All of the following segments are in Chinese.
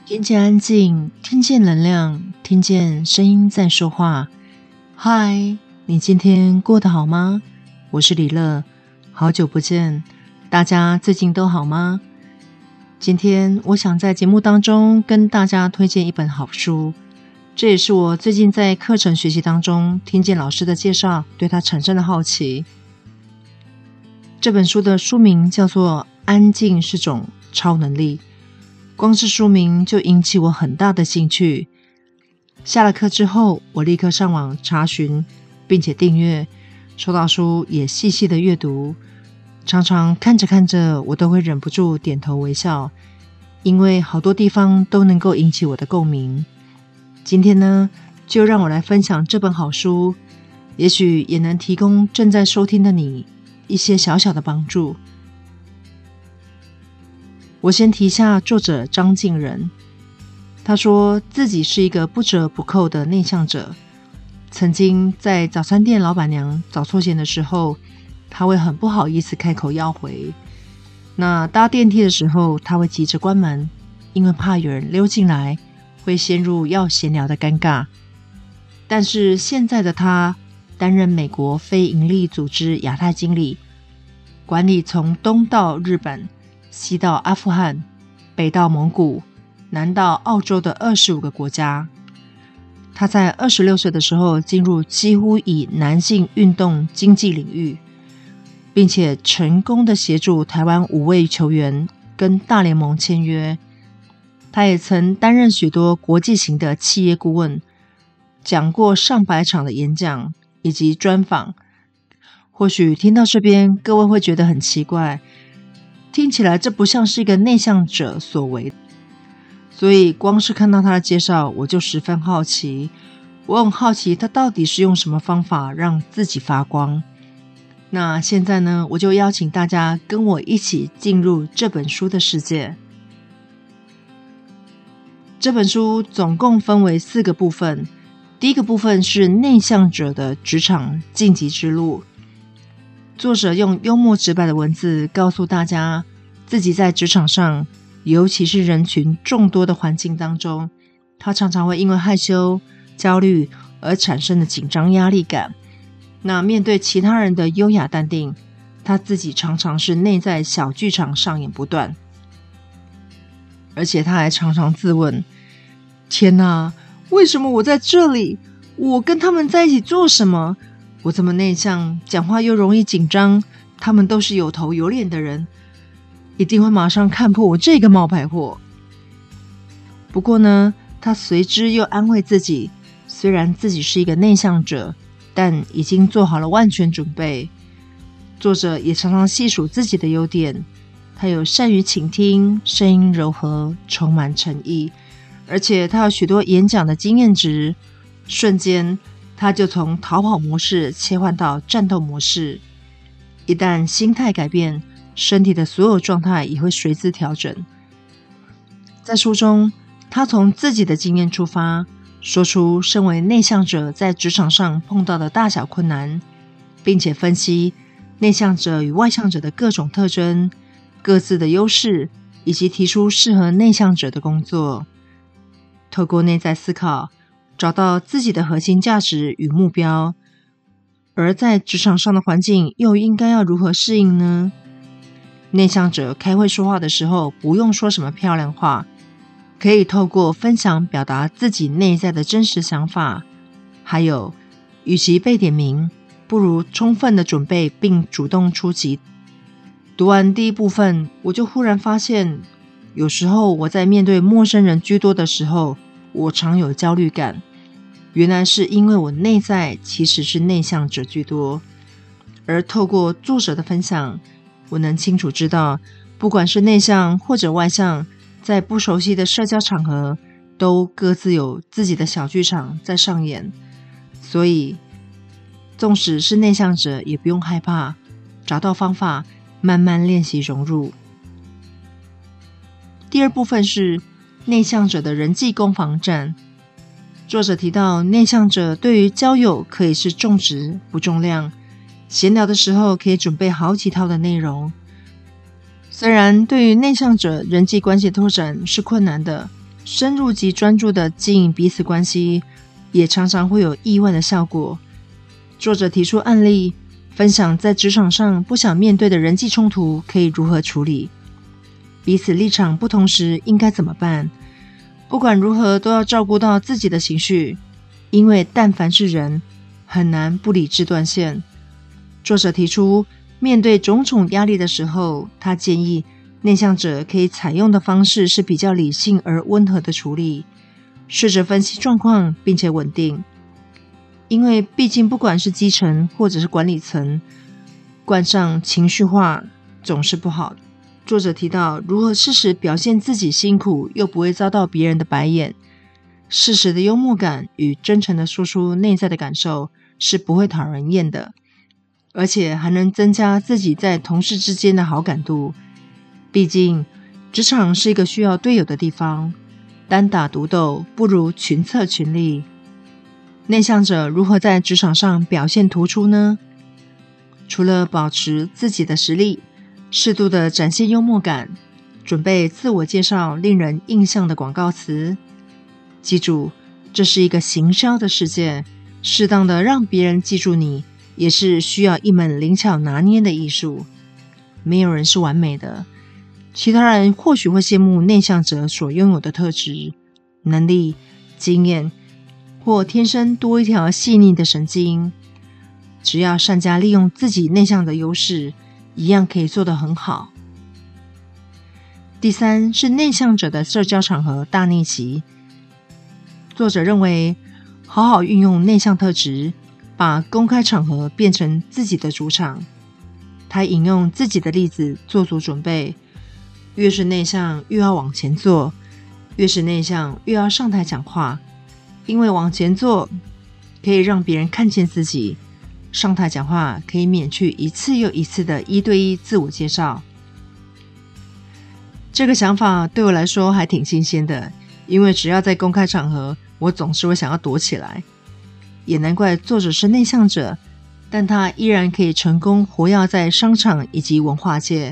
听见安静，听见能量，听见声音在说话。嗨，你今天过得好吗？我是李乐，好久不见，大家最近都好吗？今天我想在节目当中跟大家推荐一本好书，这也是我最近在课程学习当中听见老师的介绍，对它产生的好奇。这本书的书名叫做《安静是种超能力》，光是书名就引起我很大的兴趣。下了课之后，我立刻上网查询，并且订阅，收到书也细细的阅读，常常看着看着，我都会忍不住点头微笑，因为好多地方都能够引起我的共鸣。今天呢，就让我来分享这本好书，也许也能提供正在收听的你一些小小的帮助。我先提下作者张敬仁，他说自己是一个不折不扣的内向者，曾经在早餐店老板娘找错钱的时候，他会很不好意思开口要回。那搭电梯的时候，他会急着关门，因为怕有人溜进来，会陷入要闲聊的尴尬。但是现在的他担任美国非营利组织亚太经理，管理从东到日本，西到阿富汗，北到蒙古，南到澳洲的25个国家。他在26岁的时候进入几乎以男性运动经济领域，并且成功的协助台湾5位球员跟大联盟签约。他也曾担任许多国际型的企业顾问，讲过上百场的演讲以及专访。或许听到这边，各位会觉得很奇怪，听起来这不像是一个内向者所为。所以光是看到他的介绍，我就十分好奇。我很好奇他到底是用什么方法让自己发光。那现在呢，我就邀请大家跟我一起进入这本书的世界。这本书总共分为4个部分。第一个部分是内向者的职场晋级之路。作者用幽默直白的文字告诉大家，自己在职场上，尤其是人群众多的环境当中，他常常会因为害羞、焦虑而产生的紧张压力感。那面对其他人的优雅淡定，他自己常常是内在小剧场上演不断。而且他还常常自问，天哪，为什么我在这里？我跟他们在一起做什么？我这么内向，讲话又容易紧张，他们都是有头有脸的人，一定会马上看破我这个冒牌货。不过呢，他随之又安慰自己，虽然自己是一个内向者，但已经做好了万全准备。作者也常常细数自己的优点，他有善于倾听，声音柔和，充满诚意，而且他有许多演讲的经验值，瞬间他就从逃跑模式切换到战斗模式。一旦心态改变，身体的所有状态也会随之调整。在书中，他从自己的经验出发，说出身为内向者在职场上碰到的大小困难，并且分析内向者与外向者的各种特征、各自的优势，以及提出适合内向者的工作。透过内在思考，找到自己的核心价值与目标。而在职场上的环境又应该要如何适应呢？内向者开会说话的时候，不用说什么漂亮话，可以透过分享表达自己内在的真实想法。还有，与其被点名，不如充分的准备并主动出击。读完第一部分，我就忽然发现，有时候我在面对陌生人居多的时候，我常有焦虑感。原来是因为我内在其实是内向者居多。而透过作者的分享，我能清楚知道，不管是内向或者外向，在不熟悉的社交场合，都各自有自己的小剧场在上演。所以，纵使是内向者，也不用害怕，找到方法，慢慢练习融入。第二部分是内向者的人际攻防战。作者提到，内向者对于交友可以是重质不重量，闲聊的时候可以准备好几套的内容。虽然对于内向者人际关系拓展是困难的， 深入及专注的经营彼此关系，也常常会有意外的效果。作者提出案例，分享在职场上不想面对的人际冲突可以如何处理，彼此立场不同时应该怎么办。不管如何都要照顾到自己的情绪，因为但凡是人，很难不理智断线。作者提出，面对种种压力的时候，他建议内向者可以采用的方式是比较理性而温和的处理，试着分析状况并且稳定。因为毕竟不管是基层或者是管理层，冠上情绪化总是不好。作者提到，如何适时表现自己辛苦又不会遭到别人的白眼，适时的幽默感与真诚的说出内在的感受是不会讨人厌的，而且还能增加自己在同事之间的好感度。毕竟职场是一个需要队友的地方，单打独斗不如群策群力。内向者如何在职场上表现突出呢？除了保持自己的实力，适度的展现幽默感，准备自我介绍令人印象的广告词。记住，这是一个行销的世界，适当的让别人记住你，也是需要一门灵巧拿捏的艺术。没有人是完美的，其他人或许会羡慕内向者所拥有的特质、能力、经验，或天生多一条细腻的神经。只要善加利用自己内向的优势，一样可以做得很好。第三是内向者的社交场合大逆袭。作者认为，好好运用内向特质，把公开场合变成自己的主场。他引用自己的例子做足准备，越是内向越要往前坐，越是内向越要上台讲话，因为往前坐可以让别人看见自己，上台讲话可以免去一次又一次的1对1自我介绍。这个想法对我来说还挺新鲜的，因为只要在公开场合，我总是会想要躲起来。也难怪作者是内向者，但他依然可以成功活跃在商场以及文化界。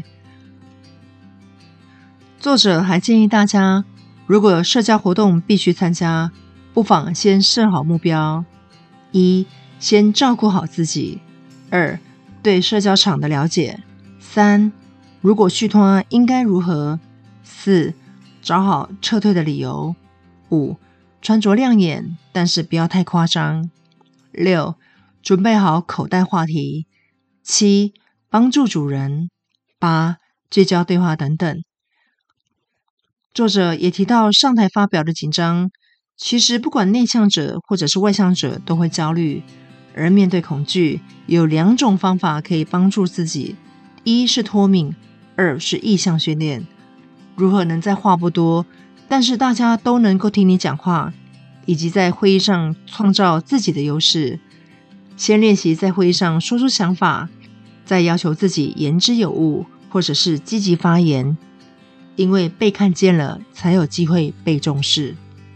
作者还建议大家，如果有社交活动必须参加，不妨先设好目标： 1. 先照顾好自己； 2. 对社交场的了解； 3. 如果续托应该如何； 4. 找好撤退的理由； 5. 穿着亮眼，但是不要太夸张； 6. 准备好口袋话题； 7. 帮助主人； 8. 聚焦对话等等。作者也提到上台发表的紧张，其实不管内向者或者是外向者都会焦虑，而面对恐惧，有2种方法可以帮助自己： 1是脱敏， 2是意象训练。如何能在话不多，但是大家都能够听你讲话，以及在会议上创造自己的优势。先练习在会议上说出想法，再要求自己言之有物，或者是积极发言，因为被看见了，才有机会被重视。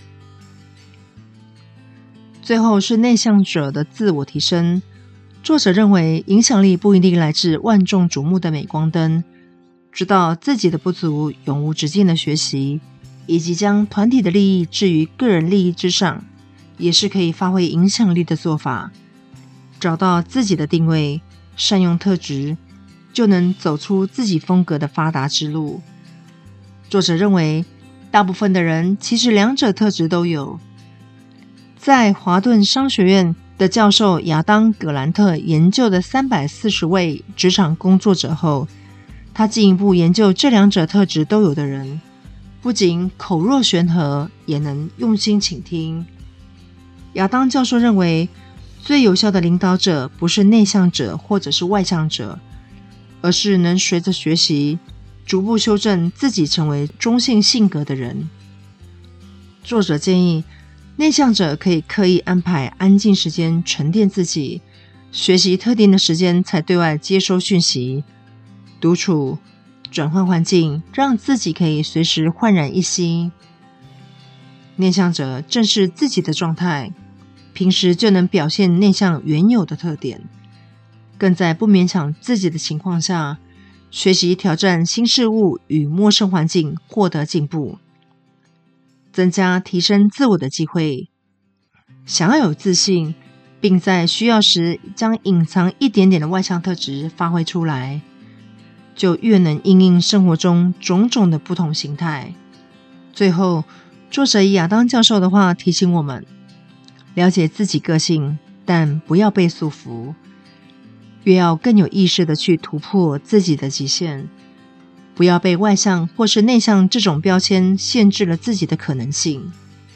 最后是内向者的自我提升。作者认为，影响力不一定来自万众瞩目的镁光灯，知道自己的不足，永无止境的学习，以及将团体的利益置于个人利益之上，也是可以发挥影响力的做法。找到自己的定位，善用特质，就能走出自己风格的发达之路。作者认为，大部分的人其实2者特质都有。在华顿商学院的教授亚当·葛兰特研究的340位职场工作者后，他进一步研究这2者特质都有的人，不仅口若悬河，也能用心倾听。亚当教授认为，最有效的领导者不是内向者或者是外向者，而是能随着学习逐步修正自己成为中性性格的人。作者建议，内向者可以刻意安排安静时间沉淀自己，学习特定的时间才对外接收讯息，独处，转换环境，让自己可以随时焕然一新。内向者正视自己的状态，平时就能表现内向原有的特点，更在不勉强自己的情况下，学习挑战新事物与陌生环境，获得进步。 增加提升自我的机会。想要有自信，并在需要时将隐藏一点点的外向特质发挥出来，就越能因应生活中种种的不同形态。最后，作者以亚当教授的话提醒我们，了解自己个性，但不要被束缚，越要更有意识的去突破自己的极限，不要被外向或是内向这种标签限制了自己的可能性。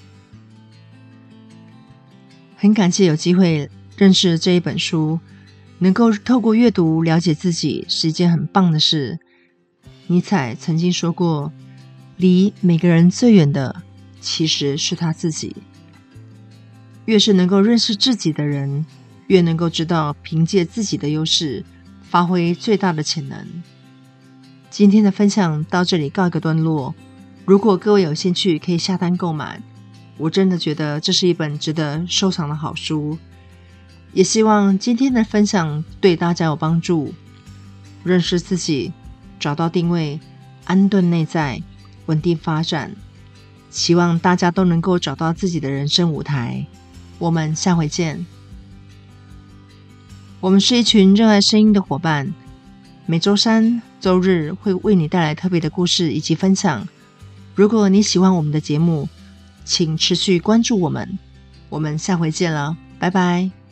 很感谢有机会认识这一本书，能够透过阅读了解自己是一件很棒的事。尼采曾经说过，离每个人最远的其实是他自己。越是能够认识自己的人，越能够知道凭借自己的优势发挥最大的潜能。今天的分享到这里告一个段落，如果各位有兴趣可以下单购买，我真的觉得这是一本值得收藏的好书。也希望今天的分享对大家有帮助，认识自己，找到定位，安顿内在，稳定发展。希望大家都能够找到自己的人生舞台。我们下回见。我们是一群热爱声音的伙伴，每周三、周日会为你带来特别的故事以及分享。如果你喜欢我们的节目，请持续关注我们。我们下回见了，拜拜。